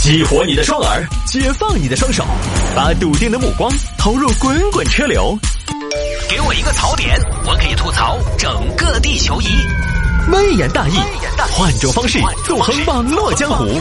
激活你的双耳，解放你的双手，把笃定的目光投入滚滚车流。给我一个槽点，我可以吐槽整个地球仪。微言大义，换种方式纵横网络江湖。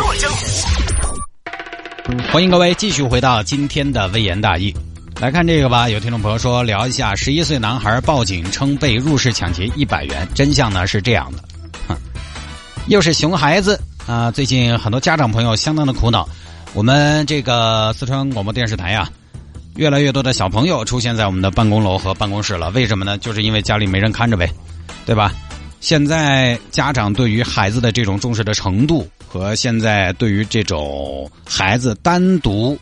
欢迎各位继续回到今天的微言大义。来看这个吧，有听众朋友说聊一下11岁男孩报警称被入室抢劫100元，真相呢是这样的。又是熊孩子啊！最近很多家长朋友相当的苦恼。我们这个四川广播电视台啊，越来越多的小朋友出现在我们的办公楼和办公室了。为什么呢？就是因为家里没人看着呗，对吧？现在家长对于孩子的这种重视的程度，和现在对于这种孩子单独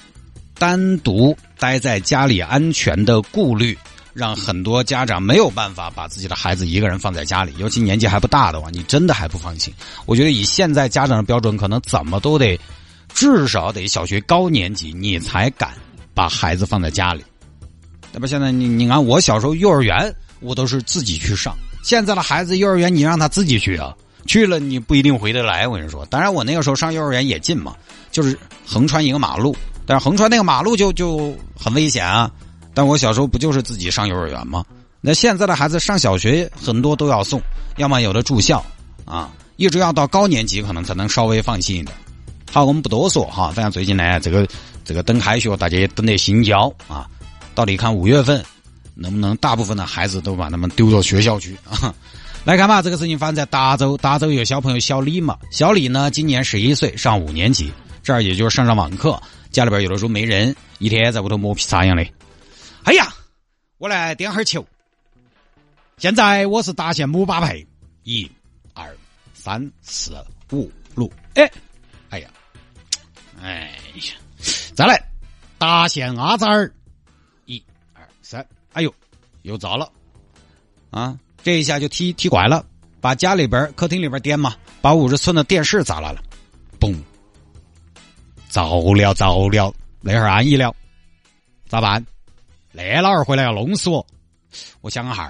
待在家里安全的顾虑，让很多家长没有办法把自己的孩子一个人放在家里，尤其年纪还不大的话，你真的还不放心。我觉得以现在家长的标准，可能怎么都得至少得小学高年级，你才敢把孩子放在家里，对吧？现在你看我小时候幼儿园，我都是自己去上。现在的孩子幼儿园，你让他自己去啊，去了你不一定回得来。我跟你说，当然我那个时候上幼儿园也近嘛，就是横穿一个马路，但是横穿那个马路就很危险啊。但我小时候不就是自己上幼儿园吗？那现在的孩子上小学很多都要送，要么有的住校啊，一直要到高年级可能才能稍微放心一点。好，我们不多说哈，反正最近呢，这个等开学，大家也等得心焦啊。到底看5月份能不能大部分的孩子都把他们丢到学校去啊？来看吧，这个事情发生在达州，达州有小朋友小李嘛，小李呢今年11岁，上5年级，这儿也就是上网课，家里边有的时候没人，一天在屋头磨皮擦样的。哎呀，我来点会儿球。现在我是达县姆巴佩，1、2、3、4、5、6。哎呀，再来达县阿扎尔，1、2、3。哎呦，又糟了啊！这一下就踢拐了，把家里边客厅里边电嘛，把50寸的电视砸了，嘣！糟了，那会儿安逸了，咋办？那老二回来要弄死我。我想哈，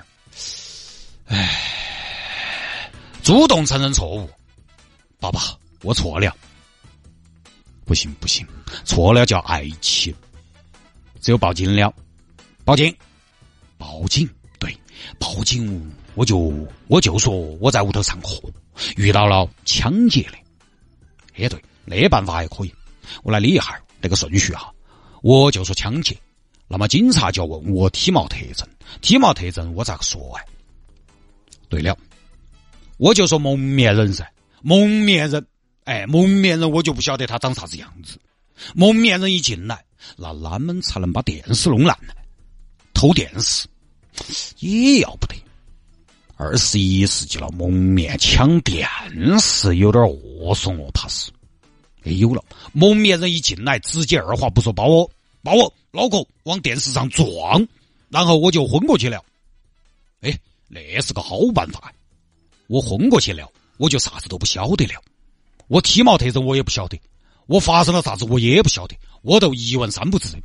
主动承认错误，爸爸，我错了。不行，错了叫爱情，只有报警了。报警，对，报警。我就说我在屋头上课，遇到了抢劫的。对，那办法也可以。我来理一下这个顺序哈。我就说抢劫，那么警察就要问我体貌特征，我咋个说啊？对了，我就说蒙面人噻，蒙面人我就不晓得他长啥子样子。蒙面人一进来，那他们才能把电视弄烂呢，偷电视也要不得。21世纪了，蒙面抢电视有点恶怂哦，怕是。有了，蒙面人一进来，直接二话不说把我脑壳往电视上撞，然后我就昏过去了。那是个好办法。我昏过去了，我就啥子都不晓得了。我体貌特征我也不晓得，我发生了啥子我也不晓得，我都一问三不知。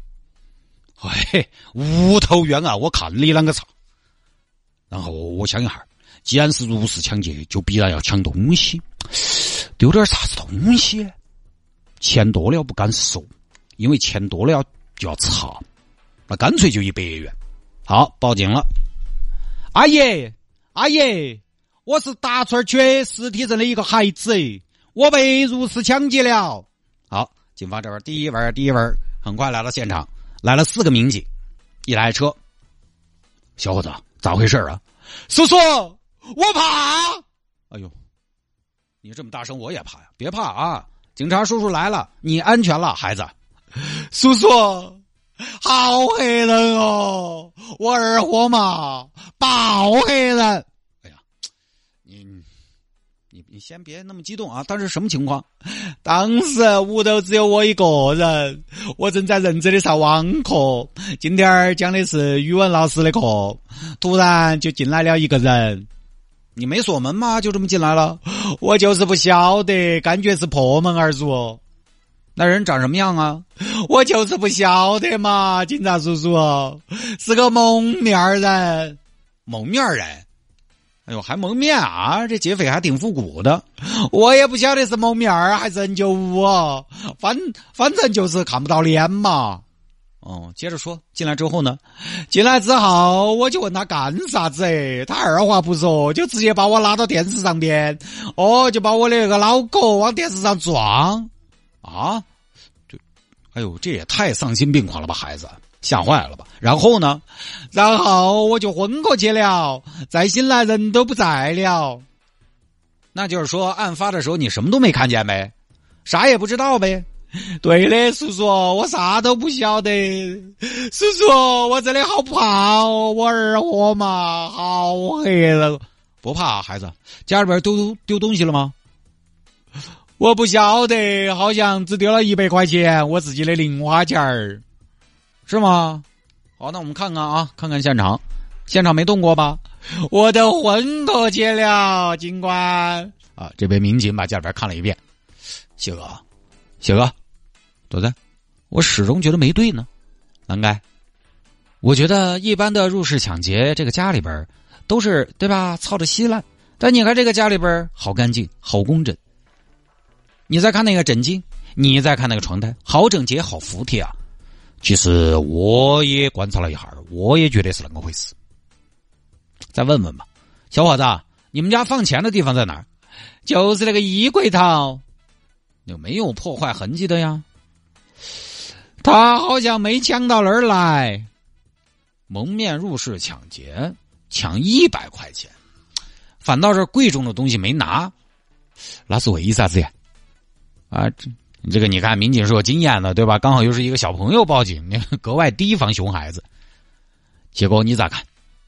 无头冤啊！我看你啷个查。然后我想一下，既然是入室抢劫，就必然要抢东西，丢点啥子东西？钱多了不敢收，因为钱多了就要查，那干脆就100元。好，报警了。阿姨，我是达村缺失体证的一个孩子，我被入室抢劫了。好，警方这边第一轮很快来到现场，来了4个民警，一台车。小伙子，咋回事啊？叔叔，我怕。哎呦，你这么大声我也怕呀！别怕啊，警察叔叔来了，你安全了，孩子。叔叔，好黑人哦，我二货嘛，爆黑人。哎呀，你先别那么激动啊！当时什么情况？当时屋头只有我一个人，我正在认真的上网课，今天讲的是语文老师的课，突然就进来了一个人。你没锁门吗？就这么进来了？我就是不晓得，感觉是破门而入。那人长什么样啊？我就是不晓得嘛，警察叔叔，是个蒙面人。蒙面人？ 哎呦，还蒙面啊！这劫匪还挺复古的。我也不晓得是蒙面还是N95啊，反正就是看不到脸嘛。哦，接着说，进来之后呢？进来之后我就问他干啥子，他二话不说就直接把我拉到电视上边，就把我那个脑壳往电视上撞啊！对，哎呦，这也太丧心病狂了吧，孩子，吓坏了吧？然后呢？然后我就昏过去了，再醒来人都不在了。那就是说，案发的时候你什么都没看见呗，啥也不知道呗。对的，叔叔，我啥都不晓得。叔叔，我真的好怕哦，我二货嘛，好黑了。不怕，孩子，家里边丢东西了吗？我不晓得，好像只丢了100块钱，我自己的零花钱儿，是吗？好，那我们看看啊，看看现场，现场没动过吧？我都昏过去了，警官啊！这边民警把家里边看了一遍，谢哥，多在，我始终觉得没对呢。难该，我觉得一般的入室抢劫，这个家里边都是对吧，操着稀烂，但你看这个家里边好干净，好工整。你再看那个枕巾，你再看那个床单，好整洁，好服帖啊。其实我也观察了一下，我也觉得是那么回事。再问问吧，小伙子，你们家放钱的地方在哪儿？就是那个衣柜头，有没有破坏痕迹的呀？他好像没抢到那儿来。蒙面入室抢劫，抢100块钱，反倒是贵重的东西没拿，那是为啥子呀？啊，这个你看，民警是有经验的，对吧？刚好又是一个小朋友报警，你格外提防熊孩子。结果你咋看？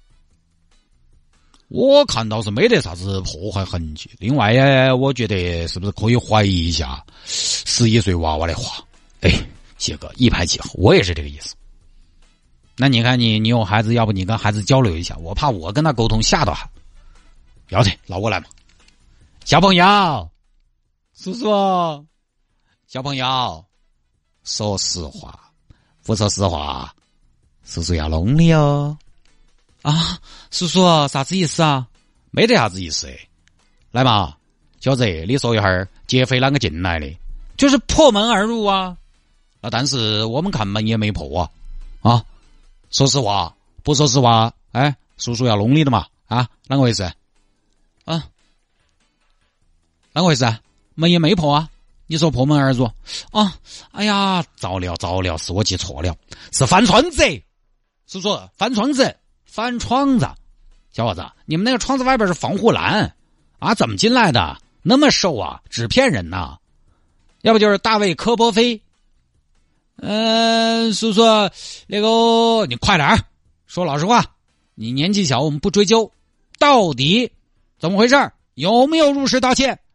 我看到是没得啥子破坏痕迹。另外呀，我觉得是不是可以怀疑一下11岁娃娃的话？哎，谢哥一拍即合，我也是这个意思。那你看你有孩子，要不你跟孩子交流一下？我怕我跟他沟通吓到他。不要紧，拿过来嘛。小朋友，叔叔，小朋友，说实话，不说实话，叔叔要弄你哦。啊，叔叔，啥子意思啊？没得啥子意思哎。来嘛，小子，你说一下劫匪啷个进来的？就是破门而入啊。但是我们看门也没破啊。啊，说实话，不说实话，哎，叔叔要弄你的嘛。啊，啷个回事？啊，啷个回事？门也没破啊。你说破门而入啊？哎呀，糟了，是我记错了，是翻窗子。叔叔，翻窗子。翻窗子，小伙子，你们那个窗子外边是防护栏啊？怎么进来的？那么瘦啊，纸片人呐？要不就是大卫科波菲？叔叔，那个你快点说老实话，你年纪小，我们不追究，到底怎么回事？有没有入室盗窃？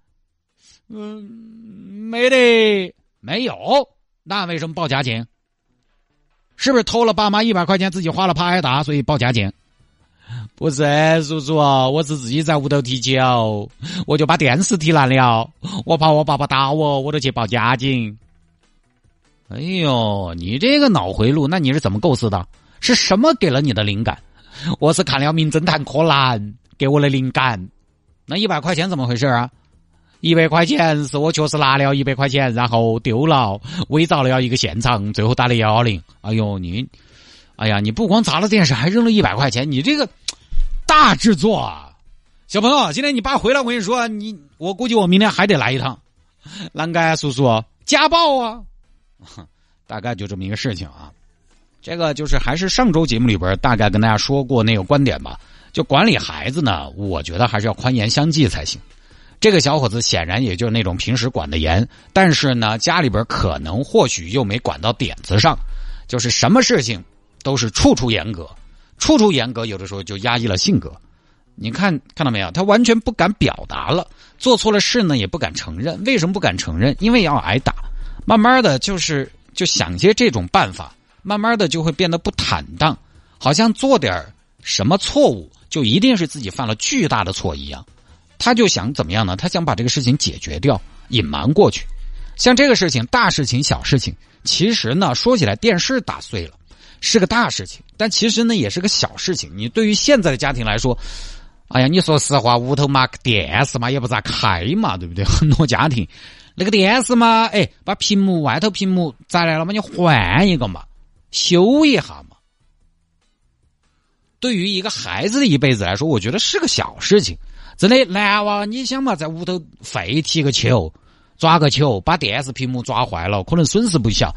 没得，没有。那为什么报假警？是不是偷了爸妈100块钱，自己花了怕挨打，所以报假警？不是，叔叔，我是自己在屋头踢球，我就把电视踢烂了，我怕我爸爸打我，我都去报假警。哎呦，你这个脑回路，那你是怎么构思的？是什么给了你的灵感？我是看了名侦探柯南给我的灵感。那100块钱怎么回事啊？100块钱是我确实拿了100块钱，然后丢了，伪造了一个现场，最后打了110。哎呦，你不光砸了电视，还扔了100块钱，你这个大制作啊！小朋友，今天你爸回来，我跟你说，我估计我明天还得来一趟。啷个叔叔家暴啊？大概就这么一个事情啊。这个就是还是上周节目里边大概跟大家说过那个观点吧。就管理孩子呢，我觉得还是要宽严相济才行。这个小伙子显然也就是那种平时管得严，但是呢家里边可能或许又没管到点子上，就是什么事情都是处处严格，有的时候就压抑了性格。你看到没有，他完全不敢表达了，做错了事呢也不敢承认。为什么不敢承认？因为要挨打。慢慢的就想些这种办法，慢慢的就会变得不坦荡，好像做点什么错误就一定是自己犯了巨大的错一样。他就想怎么样呢？他想把这个事情解决掉，隐瞒过去。像这个事情，大事情小事情，其实呢说起来电视打碎了是个大事情，但其实呢也是个小事情。你对于现在的家庭来说， 哎呀，你说实话，屋头嘛个电视嘛也不咋开嘛，对不对？很多家庭那个电视嘛，哎，把屏幕外头屏幕摘来了嘛，你换一个嘛，修一下嘛。对于一个孩子的一辈子来说，我觉得是个小事情。真的，男娃你想嘛，在屋头废踢个球，抓个球，把电视屏幕抓坏了，可能损失不小。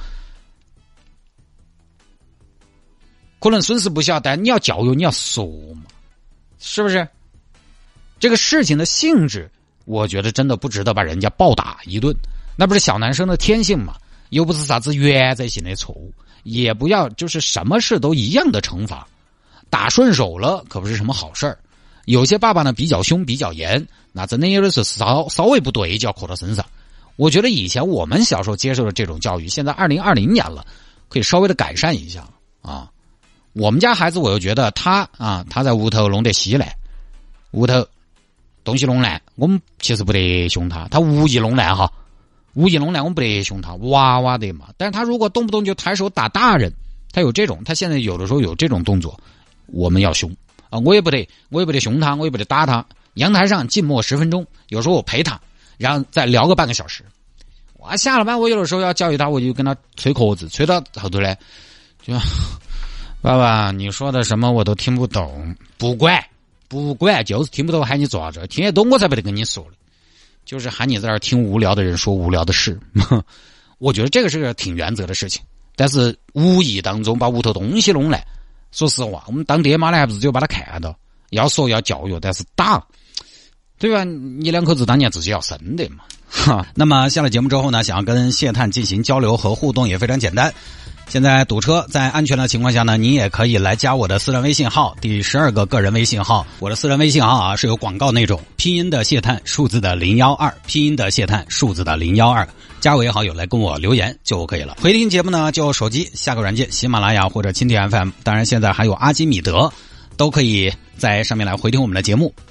但你要教育，你要说嘛，是不是？这个事情的性质，我觉得真的不值得把人家暴打一顿，那不是小男生的天性嘛，又不是啥子原则性的错误，也不要就是什么事都一样的惩罚，打顺手了可不是什么好事儿。有些爸爸呢比较凶比较严，那真的有的是稍微不对就要扣到身上。我觉得以前我们小时候接受的这种教育，现在2020年了，可以稍微的改善一下啊。我们家孩子我又觉得他在屋头弄得稀烂，屋头东西弄烂，我们其实不得凶他，他无意弄烂我们不得凶他，娃娃的嘛。但是他如果动不动就抬手打大人，他现在有的时候有这种动作，我们要凶啊！我也不得凶他，我也不得打他。阳台上静默10分钟，有时候我陪他，然后再聊个半个小时。我下了班，我有的时候要教育他，我就跟他吹壳子，吹到后头呢，就爸爸你说的什么我都听不懂，不管，就是听不懂，喊你做这，听得懂我才不得跟你说了，就是喊你在这儿听无聊的人说无聊的事。我觉得这个是个挺原则的事情，但是无意当中把屋头东西弄来，说实话，我们当爹妈的还不是只有把他看到，要说要教育，但是打，对吧？你两口子当年自己要生的嘛。那么下了节目之后呢，想要跟谢探进行交流和互动也非常简单。现在堵车，在安全的情况下呢，你也可以来加我的私人微信号，第12个个人微信号。我的私人微信号是有广告那种，拼音的谢探，数字的012，拼音的谢探，数字的012，加为好友来跟我留言就可以了。回听节目呢，就手机下个软件，喜马拉雅或者蜻蜓 FM， 当然现在还有阿基米德，都可以在上面来回听我们的节目。